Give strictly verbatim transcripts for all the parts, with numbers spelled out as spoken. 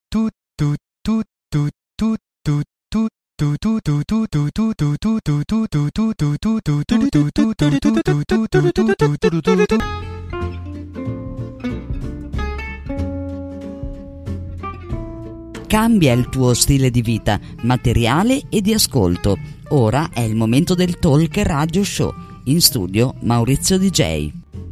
Cambia il tuo stile di vita, materiale e di ascolto. Ora è il momento del Talk Radio Show. In studio Maurizio D J.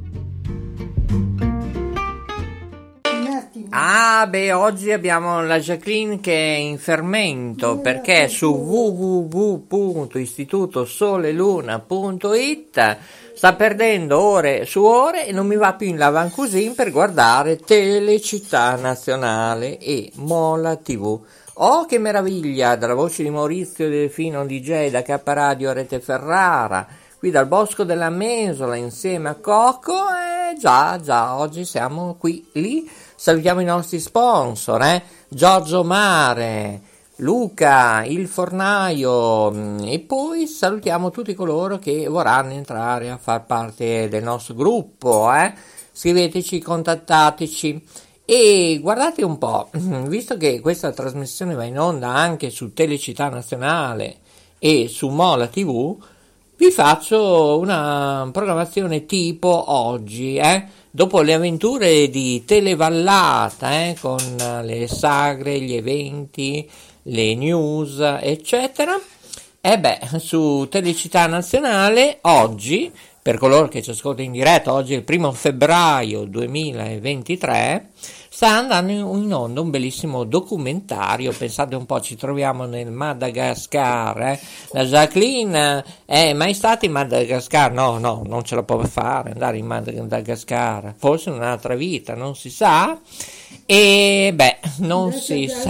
Ah, beh, oggi abbiamo la Jacqueline che è in fermento perché su w w w punto istituto sole luna punto i t sta perdendo ore su ore e non mi va più in Lavancusin per guardare Telecittà Nazionale e Mola tivù. Oh, che meraviglia! Dalla voce di Maurizio Delfino D J da K Radio Rete Ferrara, qui dal Bosco della Mesola insieme a Coco. E già, già, oggi siamo qui, lì. Salutiamo i nostri sponsor, eh? Giorgio Mare, Luca, il fornaio, e poi salutiamo tutti coloro che vorranno entrare a far parte del nostro gruppo, eh? Scriveteci, contattateci e guardate un po', visto che questa trasmissione va in onda anche su Telecittà Nazionale e su Mola tivù, vi faccio una programmazione tipo oggi, eh? Dopo le avventure di Televallata, eh? Con le sagre, gli eventi, le news, eccetera. E beh, su Telecittà Nazionale oggi, per coloro che ci ascoltano in diretta, oggi è il primo febbraio duemilaventitré, sta andando in onda un bellissimo documentario. Pensate un po', ci troviamo nel Madagascar, eh? La Jacqueline è mai stata in Madagascar? No, no, non ce la può fare andare in Madagascar, forse in un'altra vita, non si sa. E beh, non si sa.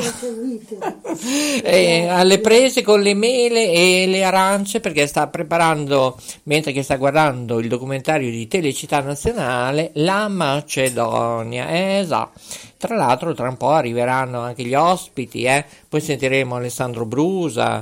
E alle prese con le mele e le arance perché sta preparando, mentre che sta guardando il documentario di Telecittà Nazionale, la Macedonia. Eh, esatto. Tra l'altro tra un po' arriveranno anche gli ospiti, eh? Poi sentiremo Alessandro Brusa,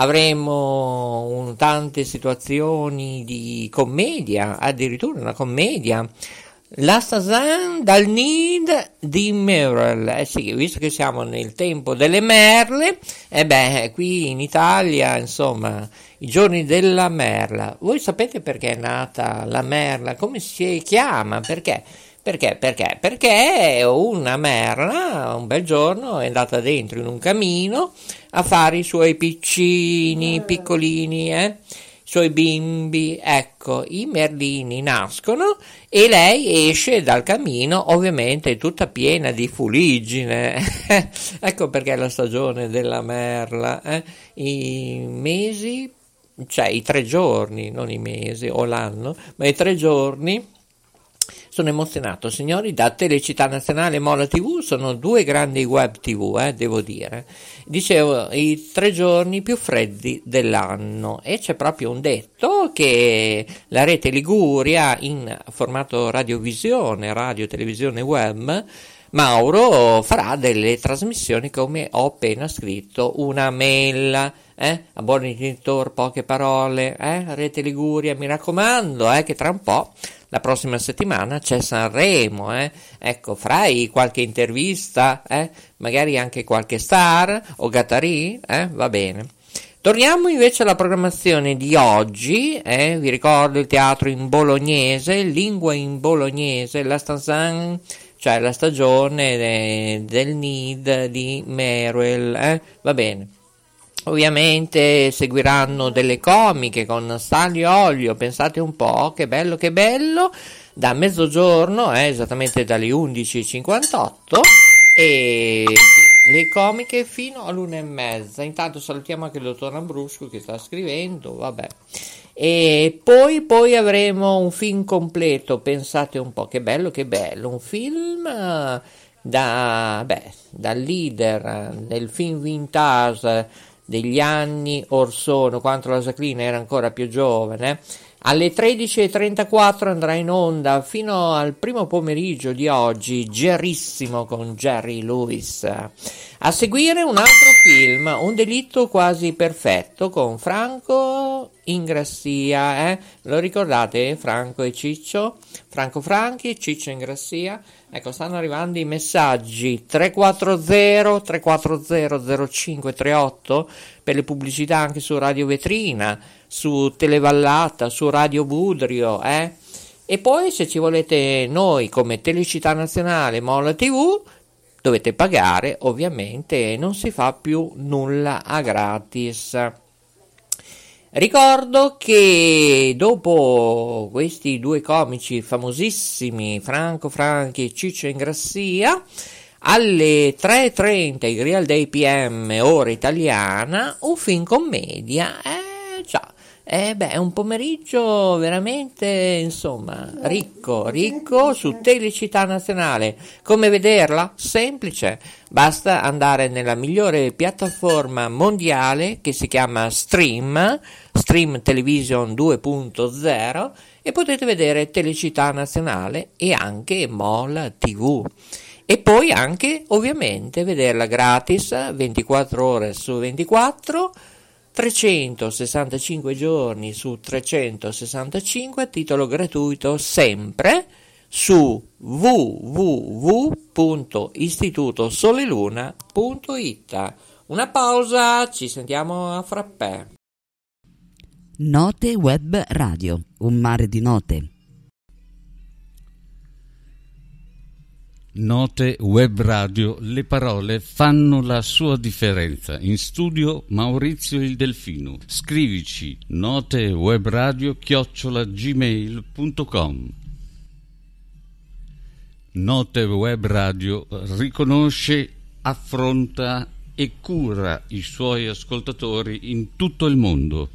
avremo un, tante situazioni di commedia, addirittura una commedia. La Stazan dal Nid di Merel, eh sì, visto che siamo nel tempo delle merle, e eh beh, qui in Italia, insomma, i giorni della merla. Voi sapete perché è nata la merla? Come si chiama? Perché? Perché? Perché? Perché una merla un bel giorno è andata dentro in un camino a fare i suoi piccini, piccolini, eh? Suoi bimbi, ecco, i merlini nascono e lei esce dal camino, ovviamente tutta piena di fuliggine. Ecco perché è la stagione della merla, eh? I mesi, cioè i tre giorni, non i mesi o l'anno, ma i tre giorni. Sono emozionato, signori, da Telecittà Nazionale e Mola tivù, sono due grandi web tivù, eh, devo dire. Dicevo, i tre giorni più freddi dell'anno, e c'è proprio un detto che la rete Liguria, in formato radiovisione, radio, televisione, web, Mauro farà delle trasmissioni come ho appena scritto, una mail, eh? A buon intenditor, poche parole, eh? Rete Liguria, mi raccomando, eh, che tra un po', la prossima settimana, c'è Sanremo, eh? Ecco, farai qualche intervista, eh? Magari anche qualche star o Gattari, eh? Va bene. Torniamo invece alla programmazione di oggi, eh? Vi ricordo il teatro in bolognese, lingua in bolognese, la Stanzan, cioè la stagione de, del Nid di Meruel, eh? Va bene. Ovviamente seguiranno delle comiche con sale e olio, pensate un po', che bello che bello, da mezzogiorno, eh, esattamente dalle undici e cinquantotto, e le comiche fino all'una e mezza. Intanto salutiamo anche il dottor Ambrusco che sta scrivendo, vabbè. E poi, poi avremo un film completo, pensate un po', che bello che bello, un film da, beh, dal leader del film vintage degli anni or sono, quando la Jacqueline era ancora più giovane, Alle tredici e trentaquattro andrà in onda fino al primo pomeriggio di oggi Gerissimo con Jerry Lewis. A seguire un altro film, Un delitto quasi perfetto con Franco Ingrassia, eh? Lo ricordate? Franco e Ciccio? Franco Franchi e Ciccio Ingrassia? Ecco, stanno arrivando i messaggi tre quattro zero tre quattro zero zero cinque tre otto per le pubblicità anche su Radio Vetrina, su Televallata, su Radio Budrio, eh? E poi se ci volete noi come Telecittà Nazionale, Mola tivù, dovete pagare ovviamente, non si fa più nulla a gratis. Ricordo che dopo questi due comici famosissimi, Franco Franchi e Ciccio Ingrassia, alle tre e trenta il Real Day P M, ora italiana, un film commedia, eh già, eh beh, è un pomeriggio veramente, insomma, ricco, ricco su Telecittà Nazionale. Come vederla? Semplice, basta andare nella migliore piattaforma mondiale che si chiama Stream, Stream Television due punto zero, e potete vedere Telecittà Nazionale e anche Mola tivù. E poi anche, ovviamente, vederla gratis, ventiquattro ore su ventiquattro, trecentosessantacinque giorni su trecentosessantacinque, a titolo gratuito sempre, su w w w punto istitutosoleluna punto it. Una pausa, ci sentiamo a frappè. Note Web Radio, un mare di note. Note Web Radio, le parole fanno la sua differenza. In studio Maurizio il Delfino. Scrivici notewebradio chiocciola gmail punto com. Note Web Radio riconosce, affronta e cura i suoi ascoltatori in tutto il mondo.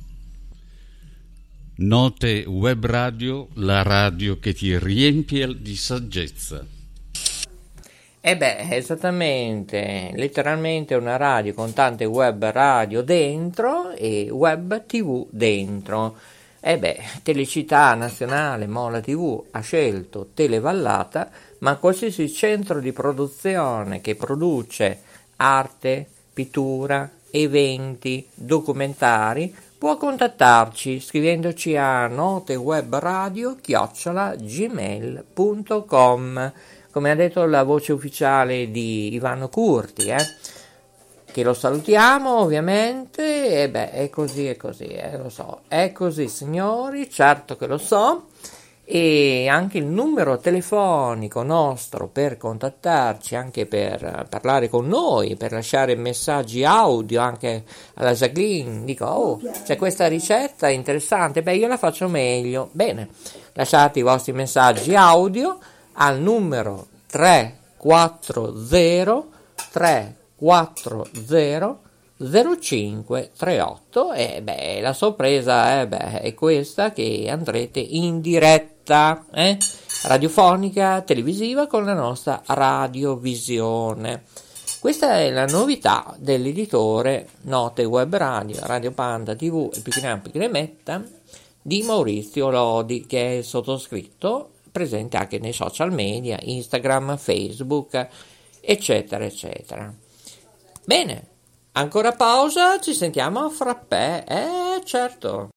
Note Web Radio, la radio che ti riempie di saggezza. E beh, esattamente, letteralmente una radio con tante web radio dentro e web tivù dentro. E beh, Telecittà Nazionale, Mola tivù ha scelto Televallata, ma qualsiasi centro di produzione che produce arte, pittura, eventi, documentari può contattarci scrivendoci a notewebradio chiocciola gmail punto com. Come ha detto la voce ufficiale di Ivano Curti, eh? Che lo salutiamo ovviamente, e beh, è così, è così, eh, lo so, è così signori, certo che lo so, e anche il numero telefonico nostro per contattarci, anche per parlare con noi, per lasciare messaggi audio anche alla Jacqueline, dico, oh, c'è questa ricetta interessante, beh, io la faccio meglio, bene, lasciate i vostri messaggi audio al numero tre quattro zero tre quattro zero zero cinque tre otto, e beh, la sorpresa eh, beh, è questa, che andrete in diretta eh, radiofonica, televisiva con la nostra radiovisione. Questa è la novità dell'editore Note Web Radio, Radio Panda tivù e Picchinan Picchinemetta di Maurizio Lodi, che è il sottoscritto, presente anche nei social media, Instagram, Facebook, eccetera, eccetera. Bene, ancora pausa, ci sentiamo a frappè, eh certo.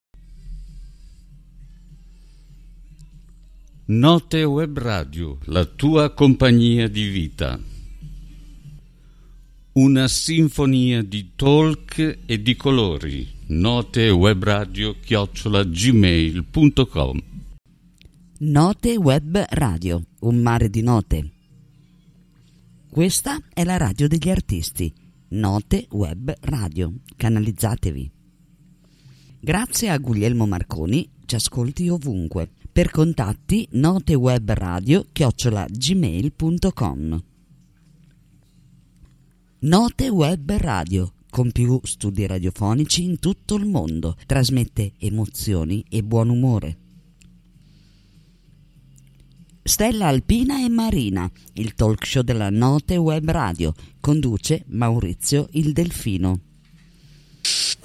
Note Web Radio, la tua compagnia di vita. Una sinfonia di talk e di colori. Notewebradio chiocciola gmail punto com. Note Web Radio, un mare di note. Questa è la radio degli artisti, Note Web Radio, canalizzatevi. Grazie a Guglielmo Marconi, ci ascolti ovunque. Per contatti notewebradio chiocciola gmail punto com. Note Web Radio, con più studi radiofonici in tutto il mondo, trasmette emozioni e buon umore. Stella Alpina e Marina, il talk show della Note Web Radio, conduce Maurizio il Delfino.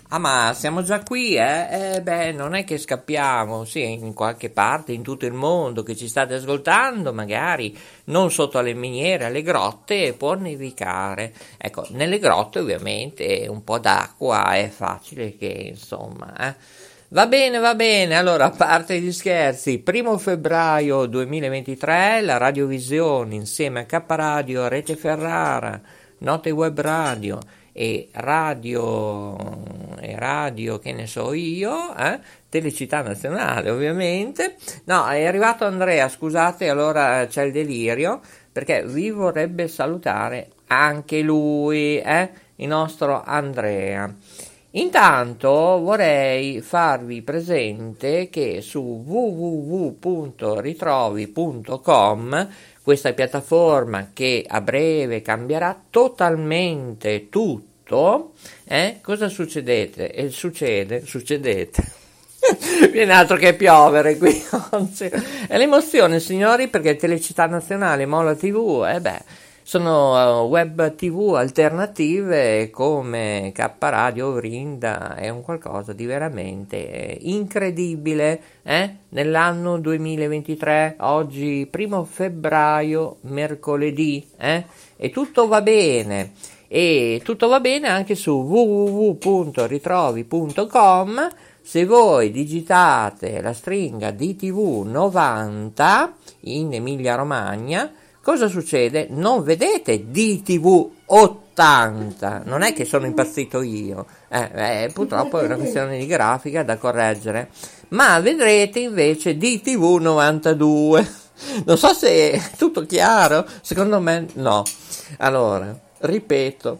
Ah, ma siamo già qui, eh? Eh, beh, non è che scappiamo, sì, in qualche parte, in tutto il mondo che ci state ascoltando, magari non sotto alle miniere, alle grotte, può nevicare. Ecco, nelle grotte ovviamente un po' d'acqua è facile che, insomma, eh. Va bene, va bene, allora, a parte gli scherzi, primo febbraio duemilaventitré, la Radiovisione insieme a K Radio, Rete Ferrara, Note Web Radio, e radio, e radio che ne so io, eh? Telecittà Nazionale ovviamente. No, è arrivato Andrea, scusate, allora c'è il delirio, perché vi vorrebbe salutare anche lui, eh? Il nostro Andrea. Intanto vorrei farvi presente che su w w w punto ritrovi punto com, questa piattaforma che a breve cambierà totalmente tutto, eh? Cosa succedete? E succede, succedete. Viene altro che piovere qui oggi. È l'emozione, signori, perché Telecittà Nazionale, Mola tivù, e eh beh, sono web tv alternative come K Radio, Vrinda, è un qualcosa di veramente incredibile, eh? Nell'anno duemilaventitré, oggi primo febbraio, mercoledì, eh? E tutto va bene, e tutto va bene anche su w w w punto ritrovi punto com. Se voi digitate la stringa D T V novanta in Emilia Romagna, cosa succede? Non vedete D T V ottanta, non è che sono impazzito io, eh, eh, purtroppo è una questione di grafica da correggere, ma vedrete invece D T V novantadue. Non so se è tutto chiaro, secondo me no. Allora, ripeto,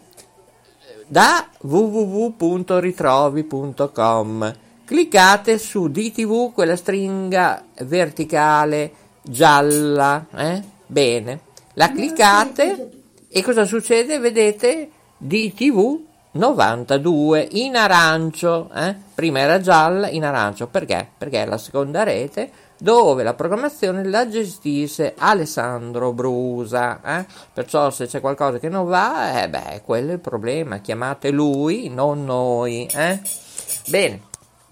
da w w w punto ritrovi punto com cliccate su D T V, quella stringa verticale gialla, eh? Bene, la cliccate e cosa succede? Vedete D T V novantadue in arancio, eh? Prima era gialla, in arancio, perché? Perché è la seconda rete dove la programmazione la gestisce Alessandro Brusa, eh? Perciò se c'è qualcosa che non va, eh beh, quello è il problema, chiamate lui, non noi, eh? Bene,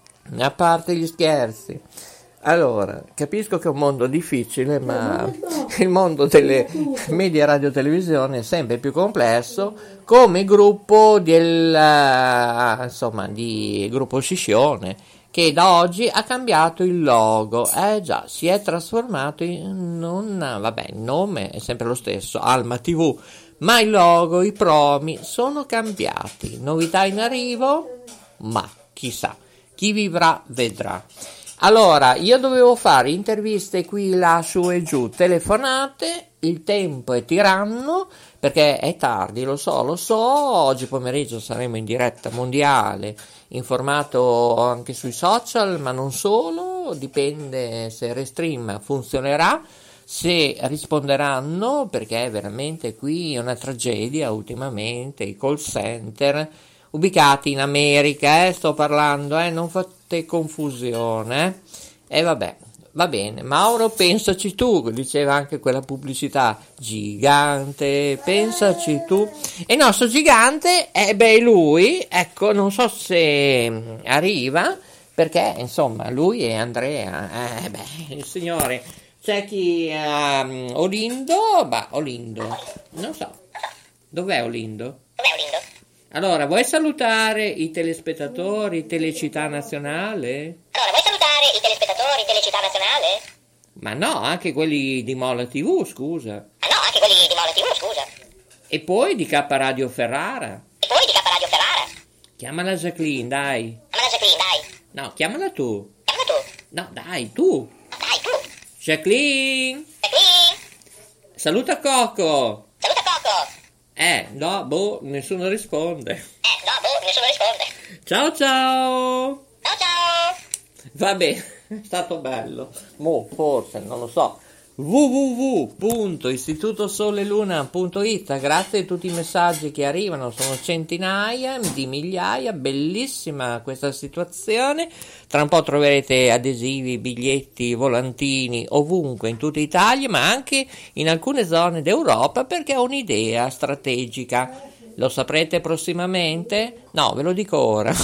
a parte gli scherzi. Allora, capisco che è un mondo difficile, ma il mondo delle media radio televisione è sempre più complesso, come il gruppo del, uh, insomma, di gruppo Sciscione, che da oggi ha cambiato il logo, eh già, si è trasformato in un, vabbè, il nome è sempre lo stesso, Alma tivù, ma il logo, i promi sono cambiati, novità in arrivo, ma chissà, chi vivrà vedrà. Allora, io dovevo fare interviste qui, là, su e giù, telefonate, il tempo è tiranno, perché è tardi, lo so, lo so, oggi pomeriggio saremo in diretta mondiale, informato anche sui social, ma non solo, dipende se Restream funzionerà, se risponderanno, perché veramente qui è una tragedia ultimamente, i call center ubicati in America, eh, sto parlando, eh, non fate confusione, eh. E vabbè, va bene, Mauro, pensaci tu, diceva anche quella pubblicità, gigante, pensaci tu, e il nostro gigante, eh beh, lui, ecco, non so se arriva, perché, insomma, lui è Andrea, eh beh, il signore, c'è chi, um, Olindo, bah, Olindo, non so, dov'è Olindo? Dov'è Olindo? Allora, vuoi salutare i telespettatori Telecittà Nazionale? Allora, vuoi salutare i telespettatori Telecittà Nazionale? Ma no, anche quelli di Mola tivù, scusa. Ma no, anche quelli di Mola tivù, scusa. E poi di K Radio Ferrara. E poi di K Radio Ferrara. Chiamala Jacqueline, dai. Chiamala Jacqueline, dai. No, chiamala tu. Chiamala tu. No, dai, tu. Dai, tu. Jacqueline. Jacqueline. Saluta Coco. Saluta Coco. Eh, no, boh, nessuno risponde. Eh, no, boh, nessuno risponde. Ciao, ciao. Ciao, ciao. Va bene, è stato bello. Mo, forse, non lo so. w w w punto istituto sole luna punto i t. Grazie a tutti i messaggi che arrivano, sono centinaia di migliaia, bellissima questa situazione. Tra un po' troverete adesivi, biglietti, volantini ovunque in tutta Italia, ma anche in alcune zone d'Europa, perché ho un'idea strategica. Lo saprete prossimamente? No, ve lo dico ora.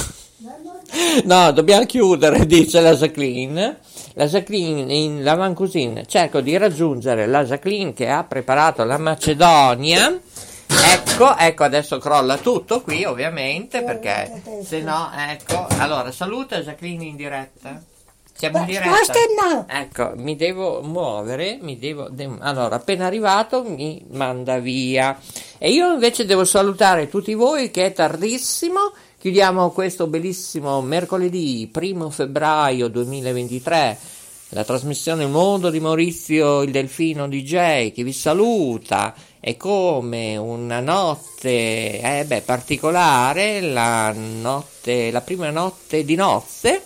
No, dobbiamo chiudere, dice la Jacqueline. La Jacqueline in Lavancusin cerco di raggiungere la Jacqueline che ha preparato la Macedonia. Ecco, ecco, adesso crolla tutto qui ovviamente perché se no, ecco. Allora, saluta Jacqueline in diretta. Siamo in diretta. Ecco, mi devo muovere, mi devo... De- allora, appena arrivato mi manda via. E io invece devo salutare tutti voi che è tardissimo. Chiudiamo questo bellissimo mercoledì primo febbraio duemilaventitré, la trasmissione Mondo di Maurizio il Delfino D J che vi saluta. È come una notte eh beh, particolare, la notte, la prima notte di nozze,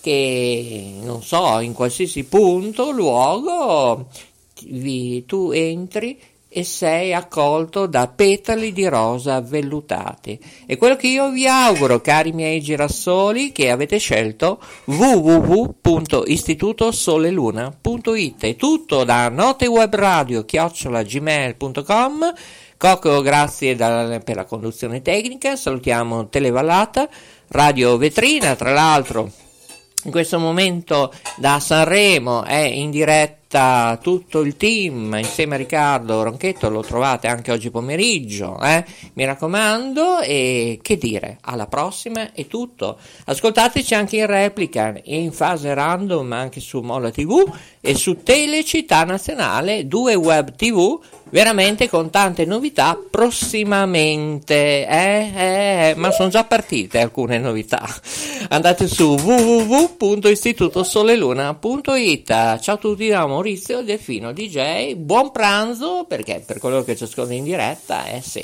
che non so, in qualsiasi punto, luogo, vi, tu entri e sei accolto da petali di rosa vellutati. E quello che io vi auguro, cari miei girassoli, che avete scelto w w w punto istituto sole luna punto i t. È tutto da notewebradio chiocciola gmail punto com. Cocco, grazie da, per la conduzione tecnica. Salutiamo Televallata, Radio Vetrina, tra l'altro in questo momento da Sanremo è in diretta tutto il team insieme a Riccardo Ronchetto, lo trovate anche oggi pomeriggio, eh? Mi raccomando, e che dire, alla prossima è tutto. Ascoltateci anche in replica e in fase random anche su Molla tivù e su Telecittà Nazionale, due web tv veramente con tante novità prossimamente, eh, eh, ma sono già partite alcune novità. Andate su w w w punto istituto sole luna punto i t. Ciao a tutti da Maurizio Delfino D J, buon pranzo, perché per quello che ci ascolta in diretta, eh sì,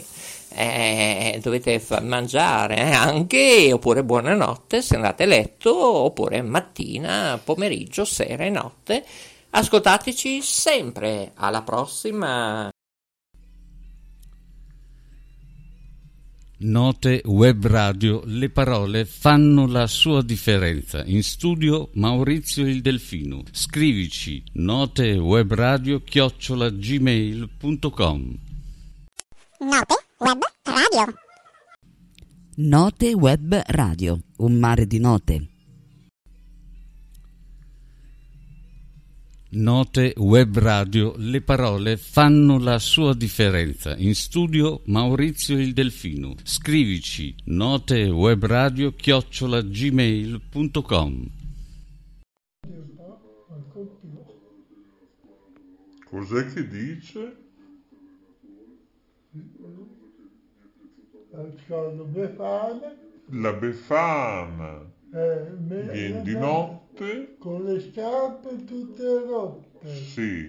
eh, dovete fa- mangiare eh, anche, oppure buonanotte se andate a letto, oppure mattina, pomeriggio, sera e notte. Ascoltateci sempre, alla prossima. Note Web Radio, le parole fanno la sua differenza. In studio Maurizio il Delfino. Scrivici notewebradio chiocciola gmail punto com. Note Web Radio. Note Web Radio, un mare di note. Note Web Radio, le parole fanno la sua differenza. In studio Maurizio il Delfino. Scrivici notewebradio chiocciola gmail punto com. Cos'è che dice? La Befana. Eh, Viene di notte con le scarpe tutte rotte. Sì.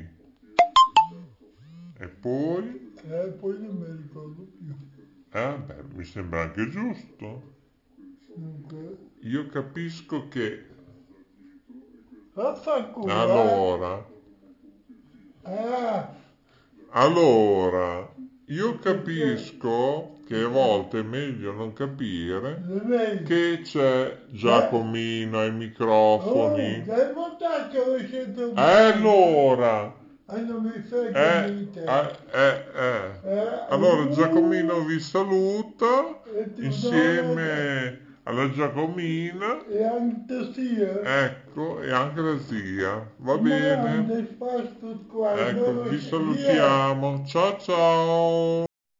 E poi? Eh, poi non mi ricordo più. Eh, beh, mi sembra anche giusto. Dunque. Io capisco che... Vaffanculo. Allora... Ah. Allora, io capisco che a volte è meglio non capire che c'è Giacomino ai microfoni. Dai montaggio le sento. Eh, allora... Ah, non mi frega Eh, niente. eh, eh, eh. Eh, Allora uh, Giacomino vi saluta e tu insieme alla Giacomina, e anche zia. ecco, e anche la zia. Va Ma bene? grande spasto qua, Ecco, dove vi sei? salutiamo. Ciao ciao.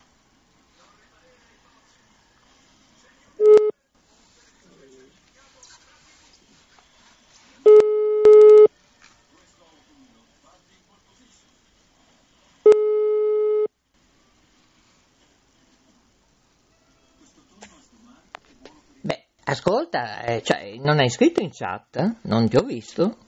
Ascolta, eh, cioè, non hai scritto in chat? Non ti ho visto?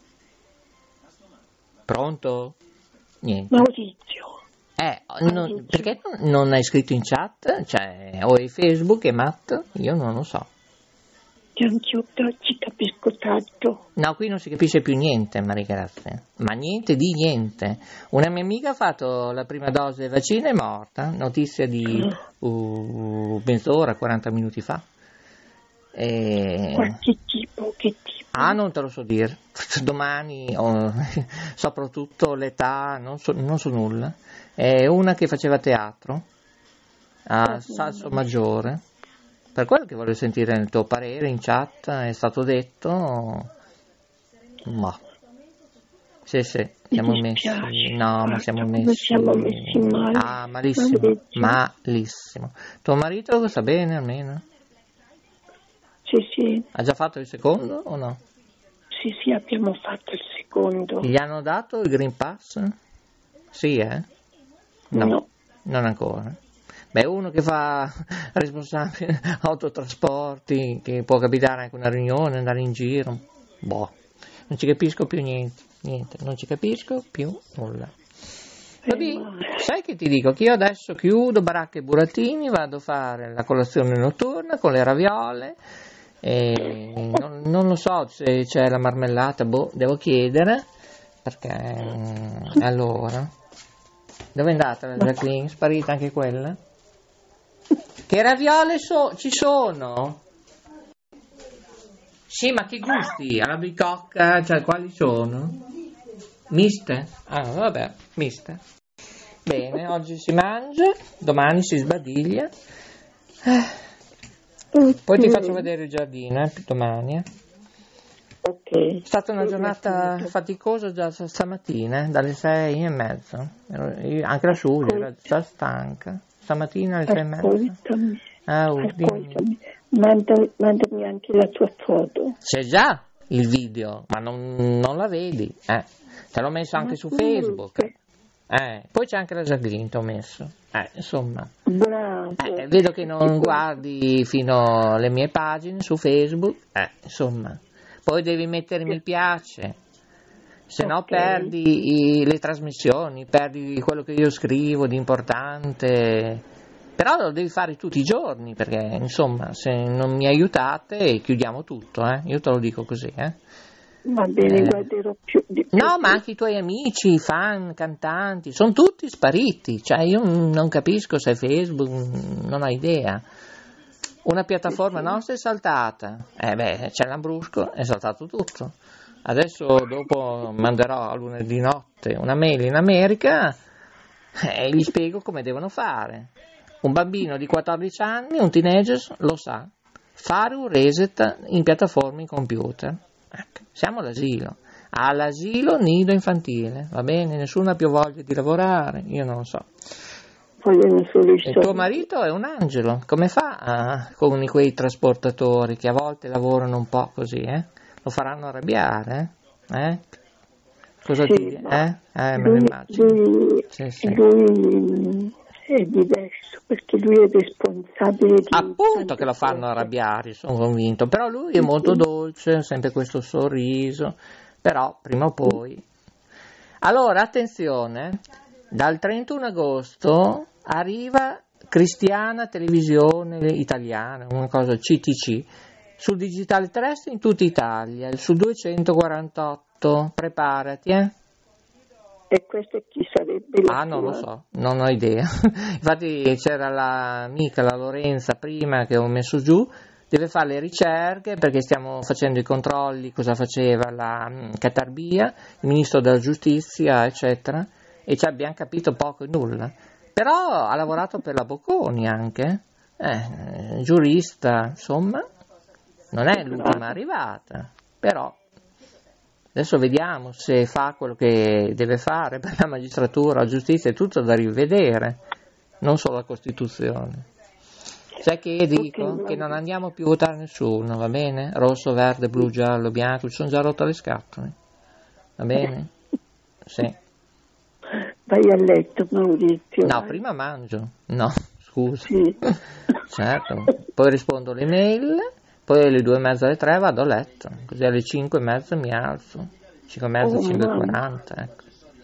Pronto? Niente. Maurizio. Eh, non, perché non, non hai scritto in chat? Cioè, o è Facebook è Matt? Io non lo so. Anch'io ci capisco tanto. No, qui non si capisce più niente, Maria Grazia. Ma niente di niente. Una mia amica ha fatto la prima dose del vaccino e è morta. Notizia di uh, mezz'ora, quaranta minuti fa. E... Qualche tipo, che tipo? Ah, non te lo so dire. Domani, oh, soprattutto l'età, non so, non so nulla. È una che faceva teatro a Salsomaggiore, Per quello che voglio sentire il tuo parere in chat, è stato detto, ma sì, sì, siamo Mi messi, dispiace, no, ma guarda, siamo come messi, siamo messi male. ah, malissimo, Maledetti. malissimo. Tuo marito sta bene almeno? Sì, sì, Ha già fatto il secondo o no? sì, sì, abbiamo fatto il secondo. Gli hanno dato il Green Pass? Sì, eh? No, No. non ancora. Beh, uno che fa responsabile autotrasporti, che può capitare anche una riunione, andare in giro, boh, non ci capisco più niente, niente, non ci capisco più nulla. Vabbè, sai che ti dico? Che io adesso chiudo baracche e burattini, vado a fare la colazione notturna con le raviole, e non, non lo so se c'è la marmellata, boh, devo chiedere, perché mm, allora, dove è andata la Jacqueline? Sparita anche quella? Che raviole so- ci sono? Sì, ma che gusti? Alla bicocca, cioè quali sono? Miste? Ah, vabbè, miste. Bene, oggi si mangia, domani si sbadiglia. Eh, Poi ti faccio vedere il giardino, eh, domani. Eh. Ok. È stata una giornata faticosa già stamattina, eh, dalle sei e mezza. Ero- io- Anche la Giulia era già stanca. Stamattina alle sei e mezza. Ascoltami, Ah, oh, dimmi. ascoltami, Manda- mandami anche la tua foto. C'è già il video, ma non, non la vedi. Eh. Te l'ho messo anche su Facebook. Eh. Poi c'è anche la Jacqueline, ti ho messo. Eh, insomma. Bravo. Eh, vedo che non guardi fino alle mie pagine su Facebook. Eh, insomma. Poi devi mettere mi piace. Se no Ok. perdi i- le trasmissioni, perdi quello che io scrivo di importante. Però lo devi fare tutti i giorni, perché insomma, se non mi aiutate chiudiamo tutto, eh? Io te lo dico così, eh? Va bene, Eh. guarderò più di più. No, ma anche i tuoi amici, i fan, cantanti, sono tutti spariti, cioè io non capisco se Facebook, non ho idea. Una piattaforma nostra è saltata, eh beh, c'è l'Ambrusco, è saltato tutto. Adesso dopo manderò a lunedì notte una mail in America e gli spiego come devono fare. Un bambino di quattordici anni, un teenager, lo sa, fare un reset in piattaforme in computer. Ecco, siamo all'asilo. All'asilo nido infantile, va bene? Nessuno ha più voglia di lavorare, io non lo so. Vogliono solo i Il tuo soldi. marito è un angelo, come fa ah, con quei trasportatori che a volte lavorano un po' così, eh? Lo faranno arrabbiare, eh? Eh? Cosa Sì, ti... ma eh? Eh, me lo lui, immagino. lui, Sì, sì. lui è diverso perché lui è responsabile di Appunto tante che lo fanno cose. arrabbiare, sono convinto, però lui è molto dolce, sempre questo sorriso, però prima o poi. Allora, attenzione, dal trentuno agosto arriva Cristiana Televisione Italiana, una cosa C T C, sul digitale terrestre in tutta Italia, su duecentoquarantotto, preparati, eh. E questa chi sarebbe la Ah, non lo tua? so, non ho idea. Infatti c'era l'amica, la Lorenza, prima che ho messo giù, deve fare le ricerche perché stiamo facendo i controlli, cosa faceva la mm, Catarbia, il ministro della giustizia, eccetera, e ci abbiamo capito poco e nulla. Però ha lavorato per la Bocconi anche, eh, giurista, insomma, non è l'ultima arrivata, però adesso vediamo se fa quello che deve fare per la magistratura, la giustizia, è tutto da rivedere, non solo la Costituzione. Sai che dico? Che non andiamo più a votare nessuno, va bene? Rosso, verde, blu, giallo, bianco, ci sono già rotto le scatole, va bene? Sì. Vai a letto, Maurizio. No, vai. prima mangio. No, scusa. Sì. Certo. Poi rispondo alle mail, poi alle due e mezza, alle tre vado a letto, così alle cinque e mezza mi alzo. cinque e mezza, Oh, cinque e mamma. quaranta, ecco.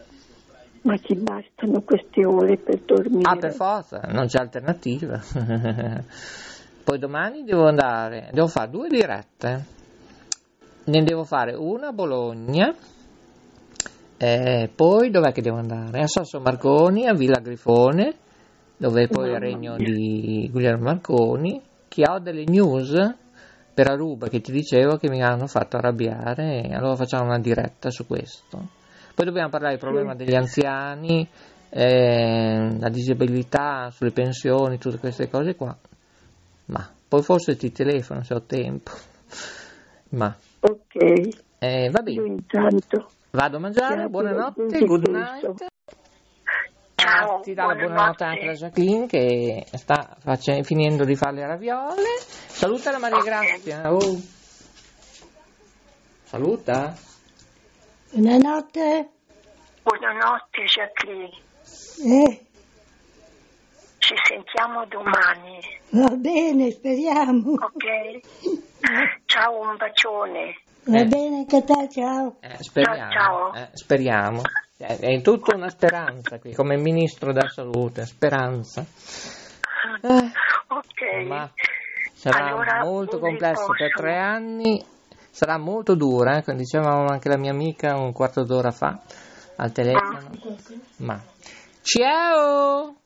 Ma ti bastano queste ore per dormire? Ah, per forza, non c'è alternativa. Poi domani devo andare, devo fare due dirette. Ne devo fare una a Bologna, e poi dov'è che devo andare? A Sasso Marconi, a Villa Grifone, dove poi è il regno di Guglielmo Marconi, che ho delle news per Aruba che ti dicevo che mi hanno fatto arrabbiare, e allora facciamo una diretta su questo. Poi dobbiamo parlare del problema degli anziani, eh, la disabilità, sulle pensioni, tutte queste cose qua. Ma poi forse ti telefono se ho tempo. Ma Ok. eh, va Io bene. intanto. Vado a mangiare, Grazie, buonanotte, grazie, good questo. night. Ciao, Ti dà la buonanotte buonanotte. anche la Jacqueline che sta face- finendo di fare le raviole. Saluta la Maria Ok. Grazia. Oh. Saluta. Buonanotte. Buonanotte Jacqueline, Eh, ci sentiamo domani, va bene, speriamo. ok? Ciao, un bacione. Va Eh. bene anche te, ciao. Eh, speriamo. Ciao, ciao. eh, speriamo. Eh, È tutta una speranza qui, come ministro della salute, speranza. Eh, Ok. ma sarà Allora, molto buon complesso per riposo. tre anni, sarà molto dura, eh, come diceva anche la mia amica un quarto d'ora fa al telefono. Ma ciao!